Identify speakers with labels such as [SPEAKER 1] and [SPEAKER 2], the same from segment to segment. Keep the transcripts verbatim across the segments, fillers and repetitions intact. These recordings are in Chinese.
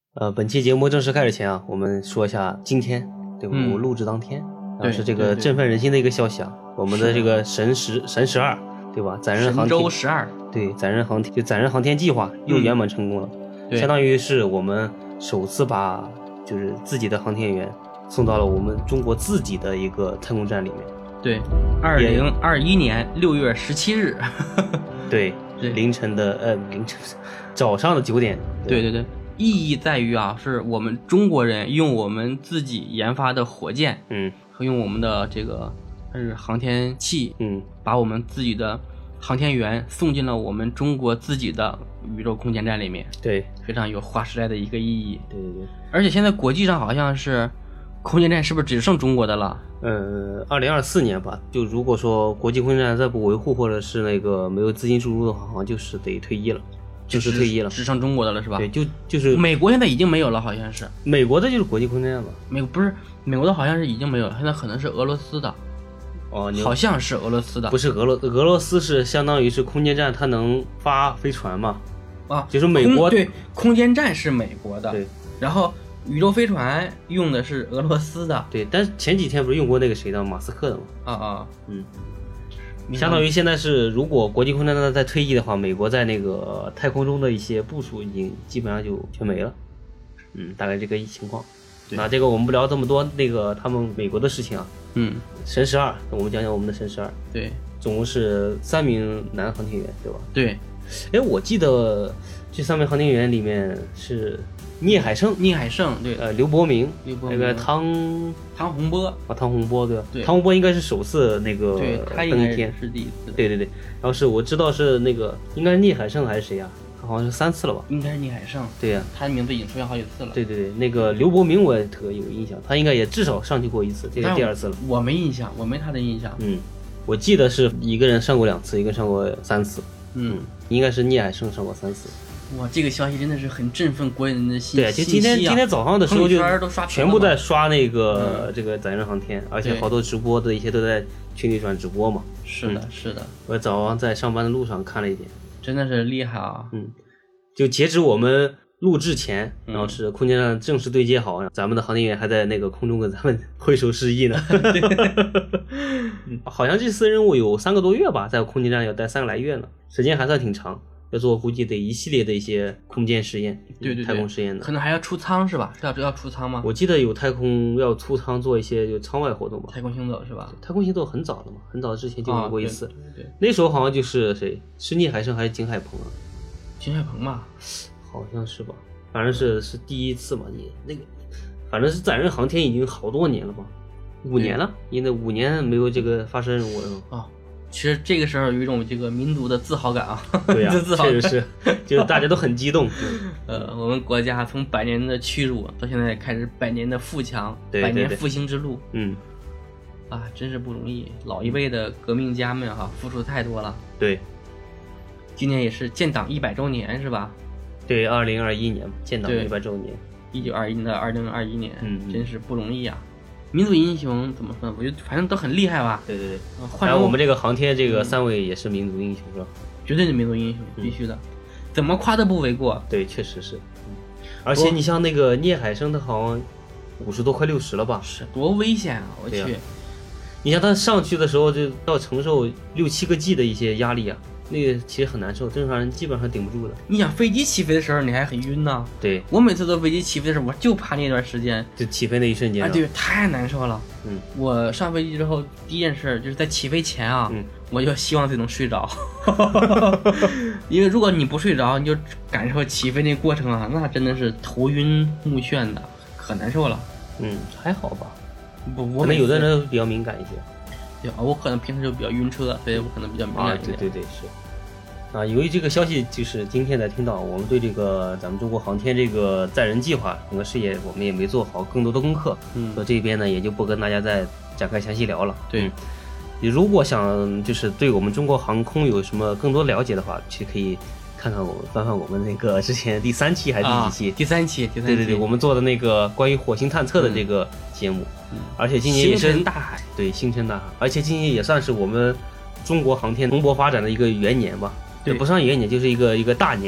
[SPEAKER 1] 呃，本期节目正式开始前啊，我们说一下今天，对吧？
[SPEAKER 2] 嗯
[SPEAKER 1] 我录制当天，啊
[SPEAKER 2] 对
[SPEAKER 1] 是这个
[SPEAKER 2] 对对
[SPEAKER 1] 振奋人心的一个消息啊。我们的这个神十神十二，对吧？载人航
[SPEAKER 2] 神舟
[SPEAKER 1] 天，
[SPEAKER 2] 十二，
[SPEAKER 1] 对，载人航天就载人航天计划又圆满成功了，
[SPEAKER 2] 对
[SPEAKER 1] 相当于是我们首次把就是自己的航天员送到了我们中国自己的一个太空站里面。
[SPEAKER 2] 对，二零二一年六月十七日，
[SPEAKER 1] 对，
[SPEAKER 2] 对
[SPEAKER 1] 凌晨的呃凌晨早上的九点。
[SPEAKER 2] 对对对，意义在于啊，是我们中国人用我们自己研发的火箭
[SPEAKER 1] 嗯
[SPEAKER 2] 和用我们的这个是航天器，
[SPEAKER 1] 嗯，
[SPEAKER 2] 把我们自己的航天员送进了我们中国自己的宇宙空间站里面，
[SPEAKER 1] 对
[SPEAKER 2] 非常有划时代的一个意义。
[SPEAKER 1] 对对对。
[SPEAKER 2] 而且现在国际上好像是空间站是不是只剩中国的了？
[SPEAKER 1] 呃，二零二四年吧，就如果说国际空间站再不维护，或者是那个没有资金注入的话，好像就是得退役了，就是退役了，
[SPEAKER 2] 只剩中国的了是吧？
[SPEAKER 1] 对，就就是
[SPEAKER 2] 美国现在已经没有了，好像是。
[SPEAKER 1] 美国的就是国际空间站吧？
[SPEAKER 2] 美国不是美国的，好像是已经没有了，现在可能是俄罗斯的，
[SPEAKER 1] 哦，你
[SPEAKER 2] 好像是俄罗斯的，
[SPEAKER 1] 不是俄罗俄罗斯是相当于是空间站，它能发飞船嘛？
[SPEAKER 2] 啊，
[SPEAKER 1] 就是美国
[SPEAKER 2] 空对空间站是美国的，
[SPEAKER 1] 对，
[SPEAKER 2] 然后宇宙飞船用的是俄罗斯的，
[SPEAKER 1] 对，但是前几天不是用过那个谁的马斯克的吗？
[SPEAKER 2] 啊啊，
[SPEAKER 1] 嗯，相当于现在是，如果国际空间站在退役的话，美国在那个太空中的一些部署已经基本上就全没了。嗯，大概这个情况。那这个我们不聊这么多那个他们美国的事情啊。
[SPEAKER 2] 嗯，
[SPEAKER 1] 神十二，我们讲讲我们的神十二。
[SPEAKER 2] 对，
[SPEAKER 1] 总共是三名男航天员，对吧？
[SPEAKER 2] 对，
[SPEAKER 1] 哎，我记得这三名航天员里面是聂海胜、
[SPEAKER 2] 聂海胜，对，
[SPEAKER 1] 呃刘伯明、
[SPEAKER 2] 刘伯明
[SPEAKER 1] 那个汤
[SPEAKER 2] 汤洪波，
[SPEAKER 1] 啊汤洪波，对吧？
[SPEAKER 2] 对
[SPEAKER 1] 汤洪波应该是首次那个
[SPEAKER 2] 对他应该
[SPEAKER 1] 登天，
[SPEAKER 2] 是第一次，
[SPEAKER 1] 对对对。然后是我知道是那个应该是聂海胜还是谁呀、他好像是三次了吧？
[SPEAKER 2] 应该是聂海胜，
[SPEAKER 1] 对呀、
[SPEAKER 2] 他的名字已经出现好几次了。
[SPEAKER 1] 对对对，那个刘伯明我也特有印象，他应该也至少上去过一次，这是
[SPEAKER 2] 但
[SPEAKER 1] 第二次了。
[SPEAKER 2] 我没印象，我没他的印象。
[SPEAKER 1] 嗯，我记得是一个人上过两次，一个人上过三次。
[SPEAKER 2] 嗯，
[SPEAKER 1] 应该是聂海胜上过三次。
[SPEAKER 2] 哇，这个消息真的是很振奋国人的心。
[SPEAKER 1] 对，就今天、
[SPEAKER 2] 信息啊
[SPEAKER 1] 今天早上的时候就
[SPEAKER 2] 朋友圈都刷屏了
[SPEAKER 1] 全部在刷那个、
[SPEAKER 2] 嗯
[SPEAKER 1] 这个载人航天，而且
[SPEAKER 2] 对
[SPEAKER 1] 好多直播的一些都在群里转直播嘛。
[SPEAKER 2] 是的，是的，
[SPEAKER 1] 我早上在上班的路上看了一点，
[SPEAKER 2] 真的是厉害啊！
[SPEAKER 1] 嗯，就截止我们录制前，
[SPEAKER 2] 嗯
[SPEAKER 1] 然后是空间站正式对接好，咱们的航天员还在那个空中跟咱们挥手示意呢。嗯好像这次任务有三个多月吧，在空间站要待三个来月呢，时间还算挺长。要做估计得一系列的一些空间实验，
[SPEAKER 2] 对对对，
[SPEAKER 1] 太空实验的，
[SPEAKER 2] 可能还要出舱是吧？是要要出舱吗？
[SPEAKER 1] 我记得有太空要出舱做一些就舱外活动吧。
[SPEAKER 2] 太空行走是吧？
[SPEAKER 1] 太空行走很早了嘛，很早之前就有过一次。
[SPEAKER 2] 啊、对, 对, 对，
[SPEAKER 1] 那时候好像就是谁，是聂海胜还是景海鹏啊？
[SPEAKER 2] 景海鹏嘛，
[SPEAKER 1] 好像是吧，反正是是第一次嘛。你那个，反正是载人航天已经好多年了吧，五年了，因为五年没有这个发射任务了。
[SPEAKER 2] 哦。其实这个时候有一种这个民族的自豪感啊，
[SPEAKER 1] 对呀、啊，
[SPEAKER 2] 自豪感
[SPEAKER 1] 确实是，就是大家都很激动。
[SPEAKER 2] 呃，我们国家从百年的屈辱到现在开始百年的富强，
[SPEAKER 1] 对对对
[SPEAKER 2] 百年复兴之路。
[SPEAKER 1] 嗯，
[SPEAKER 2] 啊，真是不容易，老一辈的革命家们哈、啊，付出太多了。
[SPEAKER 1] 对，
[SPEAKER 2] 今年也是建党一百周年是吧？
[SPEAKER 1] 对，二零二一年建党一百周年，
[SPEAKER 2] 一九二一到二零二一年，
[SPEAKER 1] 嗯，
[SPEAKER 2] 真是不容易啊。民族英雄怎么说呢？我觉得反正都很厉害吧。
[SPEAKER 1] 对对对，
[SPEAKER 2] 换成
[SPEAKER 1] 我们这个航天这个三位也是民族英雄是吧？
[SPEAKER 2] 绝对的民族英雄，必须的，嗯、怎么夸都不为过。
[SPEAKER 1] 对，确实是。嗯、而且你像那个聂海胜，他好像五十多快六十了吧？
[SPEAKER 2] 是多危险啊！我去，
[SPEAKER 1] 啊、你像他上去的时候就要承受六七个 G 的一些压力啊。那个其实很难受，正常人基本上顶不住的。
[SPEAKER 2] 你想飞机起飞的时候，你还很晕呢。
[SPEAKER 1] 对，
[SPEAKER 2] 我每次坐飞机起飞的时候，我就怕那段时间，
[SPEAKER 1] 就起飞那一瞬间。
[SPEAKER 2] 啊，对，太难受了。
[SPEAKER 1] 嗯，
[SPEAKER 2] 我上飞机之后第一件事就是在起飞前啊，
[SPEAKER 1] 嗯，
[SPEAKER 2] 我就希望自己能睡着，因为如果你不睡着，你就感受起飞那过程啊，那真的是头晕目眩的，可难受了。
[SPEAKER 1] 嗯，还好吧。
[SPEAKER 2] 不，我
[SPEAKER 1] 可能有的人比较敏感一些。
[SPEAKER 2] 对，我可能平时就比较晕车，所以我可能比较敏感一点。
[SPEAKER 1] 啊，对对对，是。啊，由于这个消息就是今天才听到，我们对这个咱们中国航天这个载人计划整个事业，我们也没做好更多的功课，
[SPEAKER 2] 嗯，
[SPEAKER 1] 所以这边呢也就不跟大家再展开详细聊了。
[SPEAKER 2] 对，
[SPEAKER 1] 嗯、你如果想就是对我们中国航空有什么更多了解的话，其实可以看看我们翻翻我们那个之前第三期还是第几期？
[SPEAKER 2] 啊、第三期，第三期，
[SPEAKER 1] 对对对，我们做的那个关于火星探测的这个节目，
[SPEAKER 2] 嗯、
[SPEAKER 1] 而且今年也是
[SPEAKER 2] 星辰大海，
[SPEAKER 1] 对，星辰大海，而且今年也算是我们中国航天蓬勃发展的一个元年吧。对，不算元年，就是一个一个大年，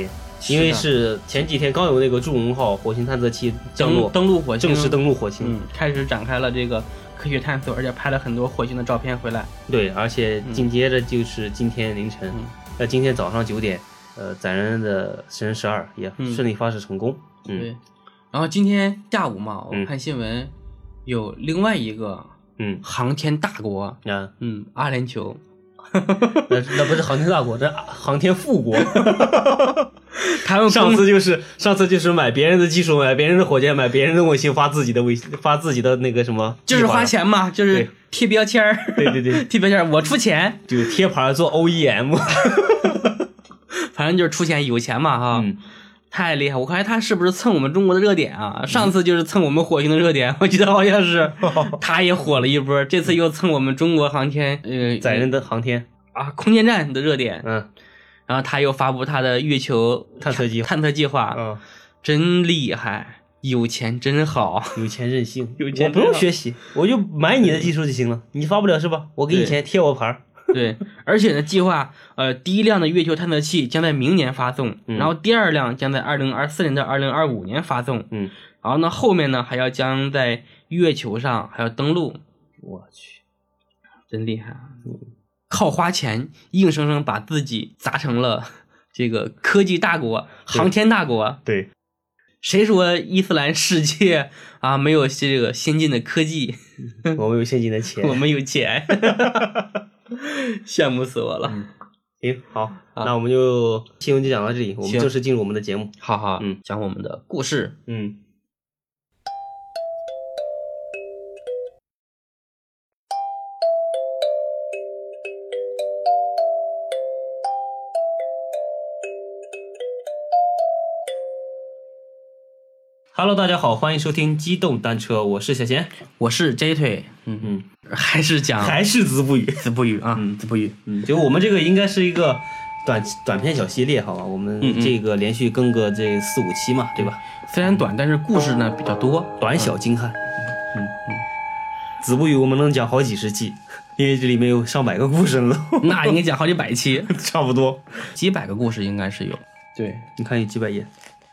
[SPEAKER 1] 因为是前几天刚有那个祝融号火星探测器降落
[SPEAKER 2] 登陆火星，
[SPEAKER 1] 正式登陆火星，
[SPEAKER 2] 嗯，开始展开了这个科学探索，而且拍了很多火星的照片回来。
[SPEAKER 1] 对，而且紧接着就是今天凌晨，
[SPEAKER 2] 嗯、
[SPEAKER 1] 呃，今天早上九点，呃，载人的神十二也顺利发射成功。嗯，
[SPEAKER 2] 嗯对。然后今天下午嘛，我看新闻，有另外一个
[SPEAKER 1] 嗯
[SPEAKER 2] 航天大国
[SPEAKER 1] 啊，
[SPEAKER 2] 嗯，阿联酋。
[SPEAKER 1] 那那不是航天大国，这航天富国。
[SPEAKER 2] 他们
[SPEAKER 1] 上次就是上次就是买别人的技术，买别人的火箭，买别人的卫星，发自己的卫星，发自己的那个什么，
[SPEAKER 2] 就是花钱嘛，就是贴标签儿。
[SPEAKER 1] 对对对，
[SPEAKER 2] 贴标签儿，我出钱，
[SPEAKER 1] 就贴牌做 O E M。
[SPEAKER 2] 反正就是出钱，有钱嘛哈。
[SPEAKER 1] 嗯，
[SPEAKER 2] 太厉害！我看他是不是蹭我们中国的热点啊？上次就是蹭我们火星的热点，我记得好像是他也火了一波，这次又蹭我们中国航天呃
[SPEAKER 1] 载人的航天
[SPEAKER 2] 啊空间站的热点。
[SPEAKER 1] 嗯，
[SPEAKER 2] 然后他又发布他的月球
[SPEAKER 1] 探测计划，
[SPEAKER 2] 探测计划，
[SPEAKER 1] 嗯，
[SPEAKER 2] 真厉害，有钱真好，
[SPEAKER 1] 有钱任性，
[SPEAKER 2] 有钱
[SPEAKER 1] 我不用学习，我就买你的技术就行了，你发不了是吧？我给你钱，贴我牌。
[SPEAKER 2] 对，而且呢，计划呃第一辆的月球探测器将在明年发送，
[SPEAKER 1] 嗯、
[SPEAKER 2] 然后第二辆将在二零二四年到二零二五年发送，
[SPEAKER 1] 嗯，
[SPEAKER 2] 然后呢后面呢还要将在月球上还要登陆。
[SPEAKER 1] 我去，
[SPEAKER 2] 真厉害啊！靠花钱硬生生把自己砸成了这个科技大国、航天大国。
[SPEAKER 1] 对，
[SPEAKER 2] 谁说伊斯兰世界啊没有这个先进的科技？
[SPEAKER 1] 我们有先进的钱，
[SPEAKER 2] 我们有钱。羡慕死我了。
[SPEAKER 1] 嗯、行，好、啊，那我们就新闻就讲到这里，我们正式进入我们的节目。
[SPEAKER 2] 好好，
[SPEAKER 1] 嗯，
[SPEAKER 2] 讲我们的故事。
[SPEAKER 1] 嗯。Hello， 大家好，欢迎收听机动单车，我是小贤，
[SPEAKER 2] 我是 J 腿，嗯嗯，还是讲
[SPEAKER 1] 还是子不语，
[SPEAKER 2] 子不语啊，
[SPEAKER 1] 嗯，
[SPEAKER 2] 子不语，
[SPEAKER 1] 嗯，就我们这个应该是一个短短篇小系列，好吧？我们这个连续更个这四五期嘛，对吧？
[SPEAKER 2] 虽然短，但是故事呢比较多，
[SPEAKER 1] 短小精悍。嗯嗯，子不语我们能讲好几十期，因为这里面有上百个故事了，
[SPEAKER 2] 那应该讲好几百期，
[SPEAKER 1] 差不多
[SPEAKER 2] 几百个故事应该是有。对，
[SPEAKER 1] 你看有几百页。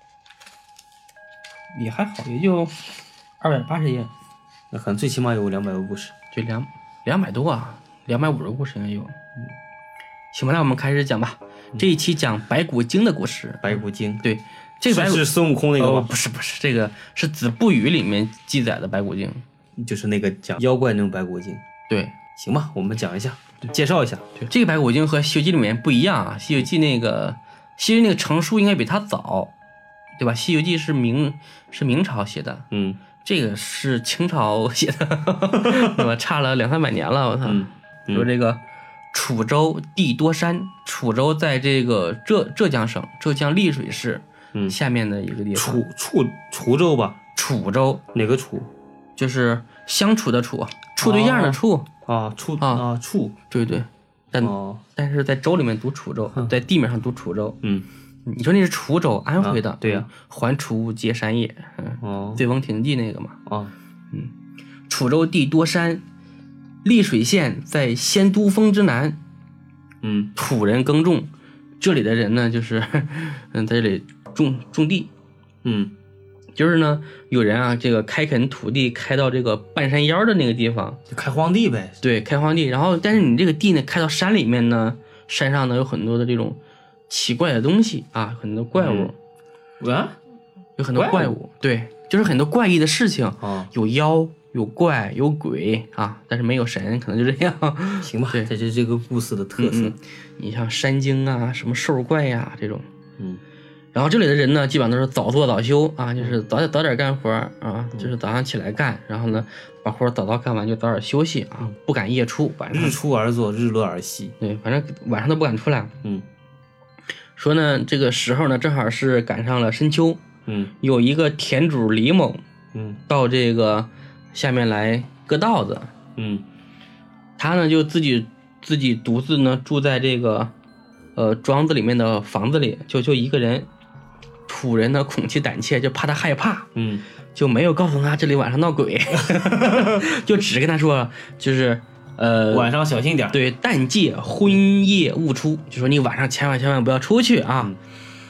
[SPEAKER 2] 也还好，也就二百八十页，
[SPEAKER 1] 那可能最起码有两百个故事，
[SPEAKER 2] 就两两百多啊，两百五十个故事应该有。嗯，行吧，那我们开始讲吧。嗯、这一期讲白骨精的故事。
[SPEAKER 1] 白骨精，
[SPEAKER 2] 对，这个白骨
[SPEAKER 1] 是孙悟空那个吗？
[SPEAKER 2] 哦、不是不是，这个是子不语里面记载的白骨精，
[SPEAKER 1] 就是那个讲妖怪那种白骨精。
[SPEAKER 2] 对，
[SPEAKER 1] 行吧，我们讲一下，介绍一下。
[SPEAKER 2] 对，这个白骨精和《西游记》里面不一样啊，《西游记》那个西游那个成书应该比它早。对吧？《西游记》是明是明朝写的，
[SPEAKER 1] 嗯，
[SPEAKER 2] 这个是清朝写的，对吧？差了两三百年了，我操！
[SPEAKER 1] 嗯嗯、
[SPEAKER 2] 说这个楚州地多山，楚州在这个浙浙江省浙江丽水市
[SPEAKER 1] 嗯
[SPEAKER 2] 下面的一个地方。
[SPEAKER 1] 楚楚滁州吧？
[SPEAKER 2] 楚州
[SPEAKER 1] 哪个楚？
[SPEAKER 2] 就是相处的处，处对象的处
[SPEAKER 1] 啊，处
[SPEAKER 2] 啊
[SPEAKER 1] 啊处，
[SPEAKER 2] 对对，但、
[SPEAKER 1] 哦、
[SPEAKER 2] 但是在州里面读楚州，在地面上读楚州，
[SPEAKER 1] 嗯。
[SPEAKER 2] 你说那是滁州，安徽的，
[SPEAKER 1] 啊、对呀、
[SPEAKER 2] 啊，还楚皆山也，嗯，
[SPEAKER 1] 哦，
[SPEAKER 2] 醉翁亭记那个嘛，
[SPEAKER 1] 啊，
[SPEAKER 2] 嗯，楚州地多山，丽水县在仙都峰之南，
[SPEAKER 1] 嗯，
[SPEAKER 2] 土人耕种，这里的人呢，就是嗯，在这里种种地，
[SPEAKER 1] 嗯，
[SPEAKER 2] 就是呢，有人啊，这个开垦土地开到这个半山腰的那个地方，
[SPEAKER 1] 就开荒地呗，
[SPEAKER 2] 对，开荒地，然后但是你这个地呢，开到山里面呢，山上呢有很多的这种奇怪的东西啊，很多怪物，
[SPEAKER 1] 嗯、啊，
[SPEAKER 2] 有很多怪物，怪物对，就是很多怪异的事情，
[SPEAKER 1] 啊，
[SPEAKER 2] 有妖。有怪有鬼啊，但是没有神，可能就这样。
[SPEAKER 1] 行吧，
[SPEAKER 2] 对，
[SPEAKER 1] 这是这个故事的特色。
[SPEAKER 2] 嗯嗯、你像山精啊，什么兽怪呀、啊、这种，
[SPEAKER 1] 嗯。
[SPEAKER 2] 然后这里的人呢，基本上都是早做早休啊，就是早点早点干活啊，就是早上起来干，然后呢，把活早早干完就早点休息啊，不敢夜出，晚上
[SPEAKER 1] 日出而作，日落而息。
[SPEAKER 2] 对，反正晚上都不敢出来。
[SPEAKER 1] 嗯。
[SPEAKER 2] 说呢，这个时候呢，正好是赶上了深秋。
[SPEAKER 1] 嗯。有
[SPEAKER 2] 一个田主李某，
[SPEAKER 1] 嗯，
[SPEAKER 2] 到这个。下面来割稻子，
[SPEAKER 1] 嗯，
[SPEAKER 2] 他呢就自己自己独自呢住在这个呃庄子里面的房子里，就就一个人。土人呢恐其胆怯，就怕他害怕，
[SPEAKER 1] 嗯，
[SPEAKER 2] 就没有告诉他这里晚上闹鬼，就只跟他说就是呃
[SPEAKER 1] 晚上小心点，
[SPEAKER 2] 对，但戒昏夜勿出，就说你晚上千万千万不要出去啊。
[SPEAKER 1] 嗯、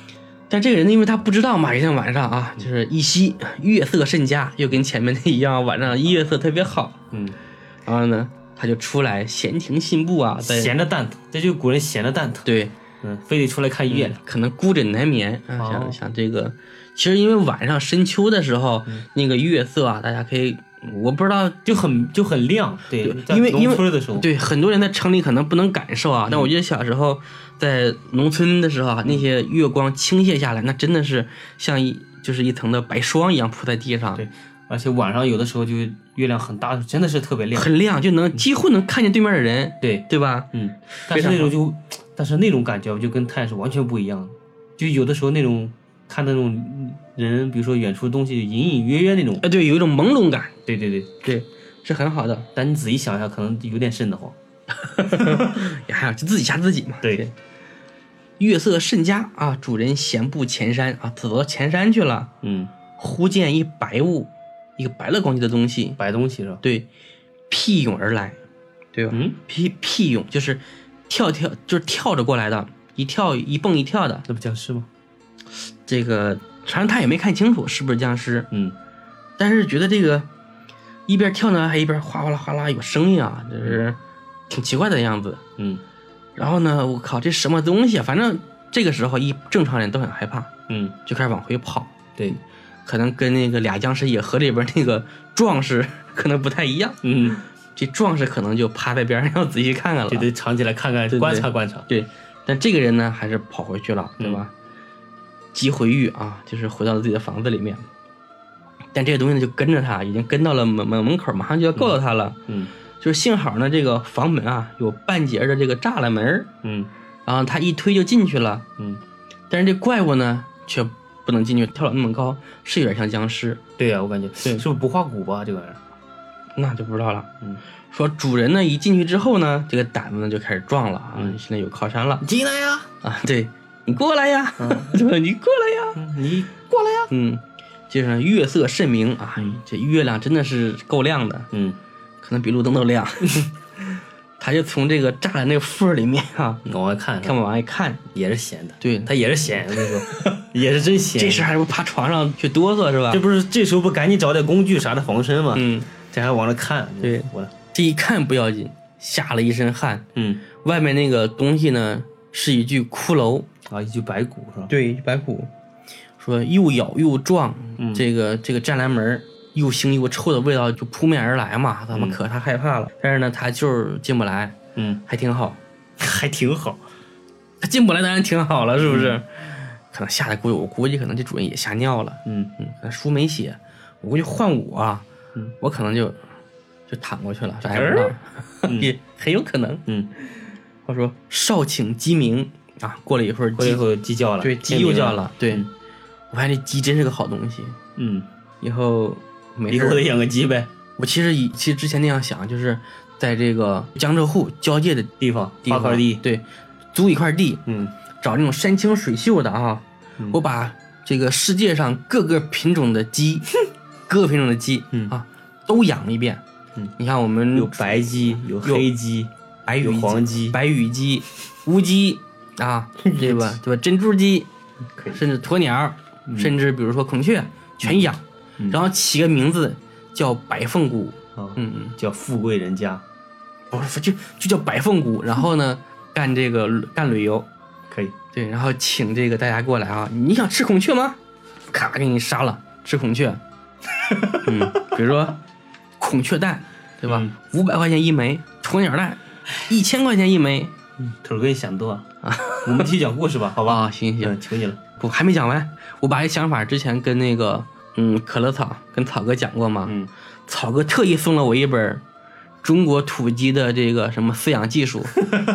[SPEAKER 2] 但这个人因为他不知道嘛，一天晚上啊，就是一夕月色甚佳，又跟前面的一样，晚上月色特别好。
[SPEAKER 1] 嗯，
[SPEAKER 2] 然后呢，他就出来闲庭信步啊，在
[SPEAKER 1] 闲的蛋疼，这就是古人闲的蛋疼。
[SPEAKER 2] 对，
[SPEAKER 1] 嗯，非得出来看月亮，
[SPEAKER 2] 嗯、可能孤枕难眠啊。
[SPEAKER 1] 哦、
[SPEAKER 2] 像像这个，其实因为晚上深秋的时候，嗯、那个月色啊，大家可以。我不知道，
[SPEAKER 1] 就很就很亮，对，
[SPEAKER 2] 对因为因为
[SPEAKER 1] 的时候，
[SPEAKER 2] 对很多人在城里可能不能感受啊，嗯、但我觉得小时候在农村的时候啊，嗯、那些月光倾泻下来，那真的是像一就是一层的白霜一样铺在地上。
[SPEAKER 1] 对，而且晚上有的时候就月亮很大，真的是特别亮，
[SPEAKER 2] 很亮，就能几乎能看见对面的人，
[SPEAKER 1] 对
[SPEAKER 2] 对吧？
[SPEAKER 1] 嗯，但是那种就，但是那种感觉就跟太阳是完全不一样的，就有的时候那种。看那种人，比如说远处的东西隐隐约约那种，
[SPEAKER 2] 哎，对，有一种朦胧感。
[SPEAKER 1] 对对对
[SPEAKER 2] 对，是很好的。
[SPEAKER 1] 但你仔细想一下，可能有点瘆得慌。
[SPEAKER 2] 也还好，就自己吓自己嘛。
[SPEAKER 1] 对。对
[SPEAKER 2] 月色甚佳啊，主人闲步前山啊，走到前山去了。
[SPEAKER 1] 嗯。
[SPEAKER 2] 忽见一白物，一个白了光洁的东西，
[SPEAKER 1] 白东西是吧？
[SPEAKER 2] 对，屁涌而来，对吧？
[SPEAKER 1] 嗯。
[SPEAKER 2] 屁屁涌就是跳跳，就是跳着过来的，一跳一蹦一跳的，
[SPEAKER 1] 那不僵尸吗？
[SPEAKER 2] 这个反正他也没看清楚是不是僵尸，
[SPEAKER 1] 嗯，
[SPEAKER 2] 但是觉得这个一边跳呢还一边哗哗啦哗啦有声音啊，就是挺奇怪的样子，
[SPEAKER 1] 嗯，
[SPEAKER 2] 然后呢，我靠，这什么东西啊？反正这个时候一正常人都很害怕，
[SPEAKER 1] 嗯，
[SPEAKER 2] 就开始往回跑，
[SPEAKER 1] 对，
[SPEAKER 2] 可能跟那个俩僵尸野河里边那个壮士可能不太一样，
[SPEAKER 1] 嗯，
[SPEAKER 2] 这壮士可能就趴在边上要仔细看看了，
[SPEAKER 1] 就得藏起来看看，观察观察，
[SPEAKER 2] 对，但这个人呢还是跑回去了，对吧？嗯，即回狱啊，就是回到了自己的房子里面，但这个东西呢就跟着他，已经跟到了门门门口，马上就要够到他了。
[SPEAKER 1] 嗯，
[SPEAKER 2] 就是幸好呢，这个房门啊有半截的这个栅栏门，
[SPEAKER 1] 嗯，
[SPEAKER 2] 然后他一推就进去了。
[SPEAKER 1] 嗯，
[SPEAKER 2] 但是这怪物呢却不能进去，跳得那么高，是有点像僵尸。
[SPEAKER 1] 对啊，我感觉
[SPEAKER 2] 对，
[SPEAKER 1] 是不是不画骨吧？这玩意儿，
[SPEAKER 2] 那就不知道了。
[SPEAKER 1] 嗯，
[SPEAKER 2] 说主人呢一进去之后呢，这个胆子呢就开始壮了啊，嗯、现在有靠山了，
[SPEAKER 1] 你进来呀！
[SPEAKER 2] 啊，对。你过来呀，嗯、你过来呀、
[SPEAKER 1] 嗯，你过来呀，
[SPEAKER 2] 嗯，就是月色甚明啊，这月亮真的是够亮的，
[SPEAKER 1] 嗯，
[SPEAKER 2] 可能比路灯都亮。他就从这个栅栏那个缝里面啊，
[SPEAKER 1] 往外看，
[SPEAKER 2] 看往外看，
[SPEAKER 1] 也是闲的，
[SPEAKER 2] 对
[SPEAKER 1] 他也是闲，我跟你说，也是真闲。
[SPEAKER 2] 这时还不趴床上去哆嗦是吧？
[SPEAKER 1] 这不是这时候不赶紧找点工具啥的防身吗？
[SPEAKER 2] 嗯，
[SPEAKER 1] 这还往那看，
[SPEAKER 2] 对，
[SPEAKER 1] 我
[SPEAKER 2] 这一看不要紧，吓了一身汗。
[SPEAKER 1] 嗯，
[SPEAKER 2] 外面那个东西呢是一具骷髅。
[SPEAKER 1] 啊，一具白骨是吧？
[SPEAKER 2] 对，白骨，说又咬又撞，
[SPEAKER 1] 嗯、
[SPEAKER 2] 这个这个栅栏门又腥又臭的味道就扑面而来嘛，他们可他害怕了。嗯、但是呢，他就是进不来，
[SPEAKER 1] 嗯，
[SPEAKER 2] 还挺好，
[SPEAKER 1] 还挺好。
[SPEAKER 2] 他进不来当然挺好了，是不是？嗯、可能吓得估计我估计可能这主人也吓尿了，
[SPEAKER 1] 嗯
[SPEAKER 2] 嗯，可能书没写，我估计换我、啊，
[SPEAKER 1] 嗯，
[SPEAKER 2] 我可能就就躺过去了，啥也不知道，嗯、也很有可能，
[SPEAKER 1] 嗯。
[SPEAKER 2] 他说少顷鸡鸣。啊，过了一会儿，
[SPEAKER 1] 过了一会儿鸡叫了，
[SPEAKER 2] 对，鸡又叫了，对，
[SPEAKER 1] 嗯、
[SPEAKER 2] 我发现这鸡真是个好东西，
[SPEAKER 1] 嗯，
[SPEAKER 2] 以后没事
[SPEAKER 1] 以后得养个鸡呗。
[SPEAKER 2] 我其实以其实之前那样想，就是在这个江浙沪交界的
[SPEAKER 1] 地方
[SPEAKER 2] 地方
[SPEAKER 1] 划块地，
[SPEAKER 2] 对，租一块地，
[SPEAKER 1] 嗯，
[SPEAKER 2] 找那种山清水秀的啊，嗯、我把这个世界上各个品种的鸡，各个品种的鸡，
[SPEAKER 1] 嗯
[SPEAKER 2] 啊，都养一遍，
[SPEAKER 1] 嗯，
[SPEAKER 2] 你看我们
[SPEAKER 1] 有白鸡，有黑鸡，
[SPEAKER 2] 白羽
[SPEAKER 1] 黄鸡，
[SPEAKER 2] 白羽鸡，乌鸡。啊，对吧？对吧？珍珠鸡，甚至鸵鸟，
[SPEAKER 1] 嗯、
[SPEAKER 2] 甚至比如说孔雀，全养，
[SPEAKER 1] 嗯、
[SPEAKER 2] 然后起个名字叫白凤谷，
[SPEAKER 1] 哦、
[SPEAKER 2] 嗯嗯，
[SPEAKER 1] 叫富贵人家，
[SPEAKER 2] 不是就就叫白凤谷。然后呢，干这个干旅游，
[SPEAKER 1] 可以，
[SPEAKER 2] 对，然后请这个大家过来啊，你想吃孔雀吗？咔，给你杀了，吃孔雀，嗯，比如说孔雀蛋，对吧？五百、嗯、块钱一枚，鸵鸟蛋，一千块钱一枚。
[SPEAKER 1] 嗯，头给你想多啊！我们继续讲故事吧，好吧？
[SPEAKER 2] 啊，行行，
[SPEAKER 1] 求你了。
[SPEAKER 2] 不，还没讲完。我把这想法之前跟那个嗯可乐草跟草哥讲过嘛。
[SPEAKER 1] 嗯。
[SPEAKER 2] 草哥特意送了我一本中国土鸡的这个什么饲养技术，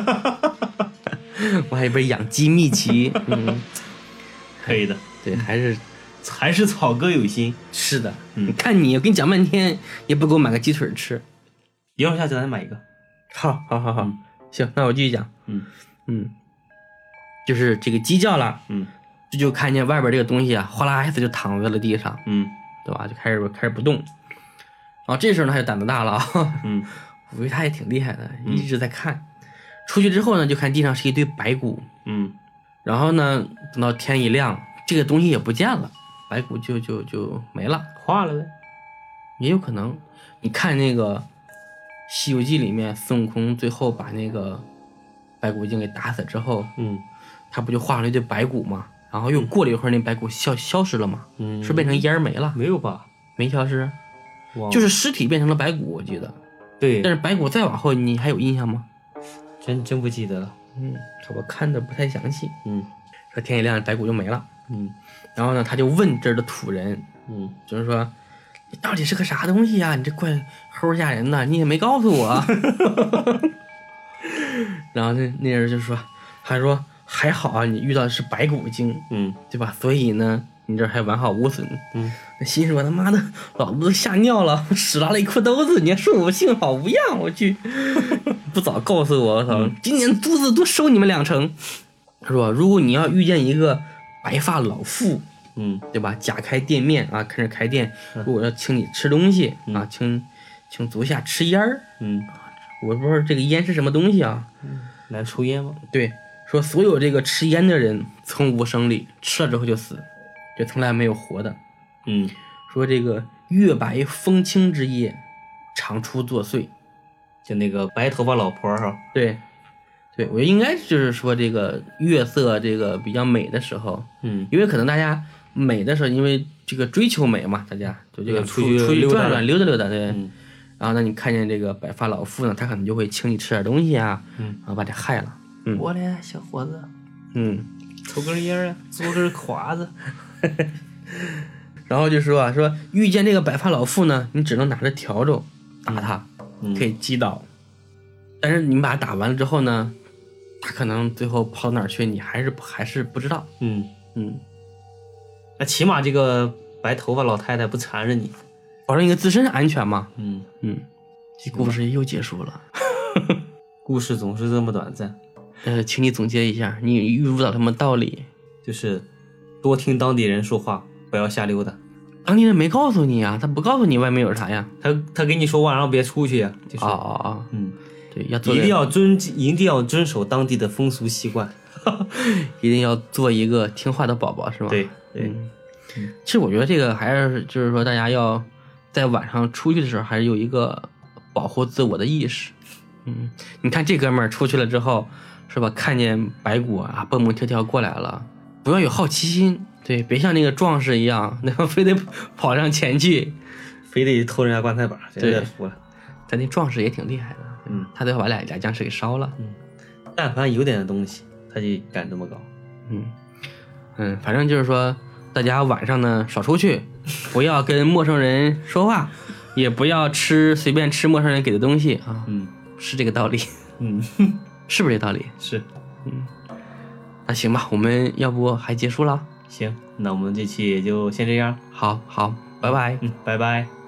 [SPEAKER 2] 我还有一本养鸡秘籍。嗯，
[SPEAKER 1] 可以的。
[SPEAKER 2] 对，还是
[SPEAKER 1] 还是草哥有心。
[SPEAKER 2] 是的，
[SPEAKER 1] 嗯、
[SPEAKER 2] 你看你，我跟你讲半天也不给我买个鸡腿吃。
[SPEAKER 1] 一会儿下次咱买一个。
[SPEAKER 2] 好，好，好，好。
[SPEAKER 1] 嗯
[SPEAKER 2] 行，那我继续讲。
[SPEAKER 1] 嗯
[SPEAKER 2] 嗯，就是这个鸡叫了，
[SPEAKER 1] 嗯，
[SPEAKER 2] 这就看见外边这个东西啊，哗啦一下就躺在了地上，
[SPEAKER 1] 嗯，
[SPEAKER 2] 对吧？就开始开始不动。然后这时候呢，他就胆子大了啊，
[SPEAKER 1] 嗯，
[SPEAKER 2] 我以为他也挺厉害的，一直在看。嗯、出去之后呢，就看地上是一堆白骨，
[SPEAKER 1] 嗯，
[SPEAKER 2] 然后呢，等到天一亮， 这个东西也不见了，白骨就就就没了，
[SPEAKER 1] 化了呗。
[SPEAKER 2] 也有可能。你看那个《西游记》里面，孙悟空最后把那个白骨精给打死之后，
[SPEAKER 1] 嗯，
[SPEAKER 2] 他不就化了一堆白骨吗？然后又过了一会儿，那白骨消消失了吗？
[SPEAKER 1] 嗯，
[SPEAKER 2] 是变成烟没了？
[SPEAKER 1] 没有吧？
[SPEAKER 2] 没消失，就是尸体变成了白骨，我记得。
[SPEAKER 1] 对，
[SPEAKER 2] 但是白骨再往后，你还有印象吗？
[SPEAKER 1] 真真不记得了。
[SPEAKER 2] 嗯，我看的不太详细。
[SPEAKER 1] 嗯，
[SPEAKER 2] 说天一亮，白骨就没了。
[SPEAKER 1] 嗯，
[SPEAKER 2] 然后呢，他就问这儿的土人，
[SPEAKER 1] 嗯，
[SPEAKER 2] 就是说你到底是个啥东西呀、啊？你这怪齁吓人的，你也没告诉我。然后那那人就说，他说还好啊，你遇到的是白骨精，
[SPEAKER 1] 嗯，
[SPEAKER 2] 对吧？所以呢，你这还完好无损。
[SPEAKER 1] 嗯，
[SPEAKER 2] 那心说他妈的，老子都吓尿了，屎拉了一裤兜子，你还说我幸好无恙，我去，不早告诉我，我操，嗯、今年租子多收你们两成。他说，如果你要遇见一个白发老妇，
[SPEAKER 1] 嗯，
[SPEAKER 2] 对吧？假开店面啊，开始开店，如果要请你吃东西、嗯、啊，请请足下吃烟儿，
[SPEAKER 1] 嗯，
[SPEAKER 2] 我不知道这个烟是什么东西啊，
[SPEAKER 1] 嗯，来抽烟吗？
[SPEAKER 2] 对，说所有这个吃烟的人从无生理，吃了之后就死，就从来没有活的。
[SPEAKER 1] 嗯，
[SPEAKER 2] 说这个月白风清之夜，常出作祟，
[SPEAKER 1] 就那个白头发老婆哈。
[SPEAKER 2] 对。对，我应该就是说这个月色这个比较美的时候，
[SPEAKER 1] 嗯，
[SPEAKER 2] 因为可能大家美的时候，因为这个追求美嘛，大家就这个
[SPEAKER 1] 出去
[SPEAKER 2] 出去转转溜达溜达，对。
[SPEAKER 1] 嗯、
[SPEAKER 2] 然后呢，你看见这个白发老妇呢，他可能就会请你吃点东西啊，
[SPEAKER 1] 嗯，
[SPEAKER 2] 然后把你害了。嗯，
[SPEAKER 1] 过来，小伙子，
[SPEAKER 2] 嗯，
[SPEAKER 1] 抽根烟啊，做根夸子。
[SPEAKER 2] 然后就说啊，说遇见这个白发老妇呢，你只能拿着笤帚打他，
[SPEAKER 1] 嗯、
[SPEAKER 2] 可以击倒。但是你把他打完了之后呢？他可能最后跑哪儿去，你还是还是不知道。
[SPEAKER 1] 嗯
[SPEAKER 2] 嗯，
[SPEAKER 1] 那起码这个白头发老太太不缠着你，
[SPEAKER 2] 保证你的自身安全嘛。
[SPEAKER 1] 嗯
[SPEAKER 2] 嗯，这故事又结束了。
[SPEAKER 1] 故事总是这么短暂。
[SPEAKER 2] 呃，请你总结一下，你遇到什么道理？
[SPEAKER 1] 就是多听当地人说话，不要瞎溜达。
[SPEAKER 2] 当地人没告诉你啊，他不告诉你外面有啥呀？
[SPEAKER 1] 他他跟你说晚上别出去呀。就是
[SPEAKER 2] 啊啊啊，
[SPEAKER 1] 嗯。
[SPEAKER 2] 对，要做
[SPEAKER 1] 一定要遵一定要遵守当地的风俗习惯，
[SPEAKER 2] 一定要做一个听话的宝宝，是吗？
[SPEAKER 1] 对对、
[SPEAKER 2] 嗯。其实我觉得这个还是就是说，大家要在晚上出去的时候，还是有一个保护自我的意识。嗯，你看这哥们儿出去了之后，是吧？看见白骨啊，蹦蹦跳跳过来了，不要有好奇心，对，别像那个壮士一样，那个非得跑上前去，
[SPEAKER 1] 非得偷人家棺材板，真的服了。
[SPEAKER 2] 但那壮士也挺厉害的。嗯，他最后把俩俩僵尸给烧了。
[SPEAKER 1] 嗯，但凡有点东西，他就敢这么搞。
[SPEAKER 2] 嗯嗯，反正就是说，大家晚上呢少出去，不要跟陌生人说话，也不要吃随便吃陌生人给的东西啊。
[SPEAKER 1] 嗯，
[SPEAKER 2] 是这个道理。
[SPEAKER 1] 嗯，
[SPEAKER 2] 是不是这道理？
[SPEAKER 1] 是。
[SPEAKER 2] 嗯，那行吧，我们要不还结束了？
[SPEAKER 1] 行，那我们这期也就先这样。
[SPEAKER 2] 好好，拜拜。
[SPEAKER 1] 嗯，拜拜。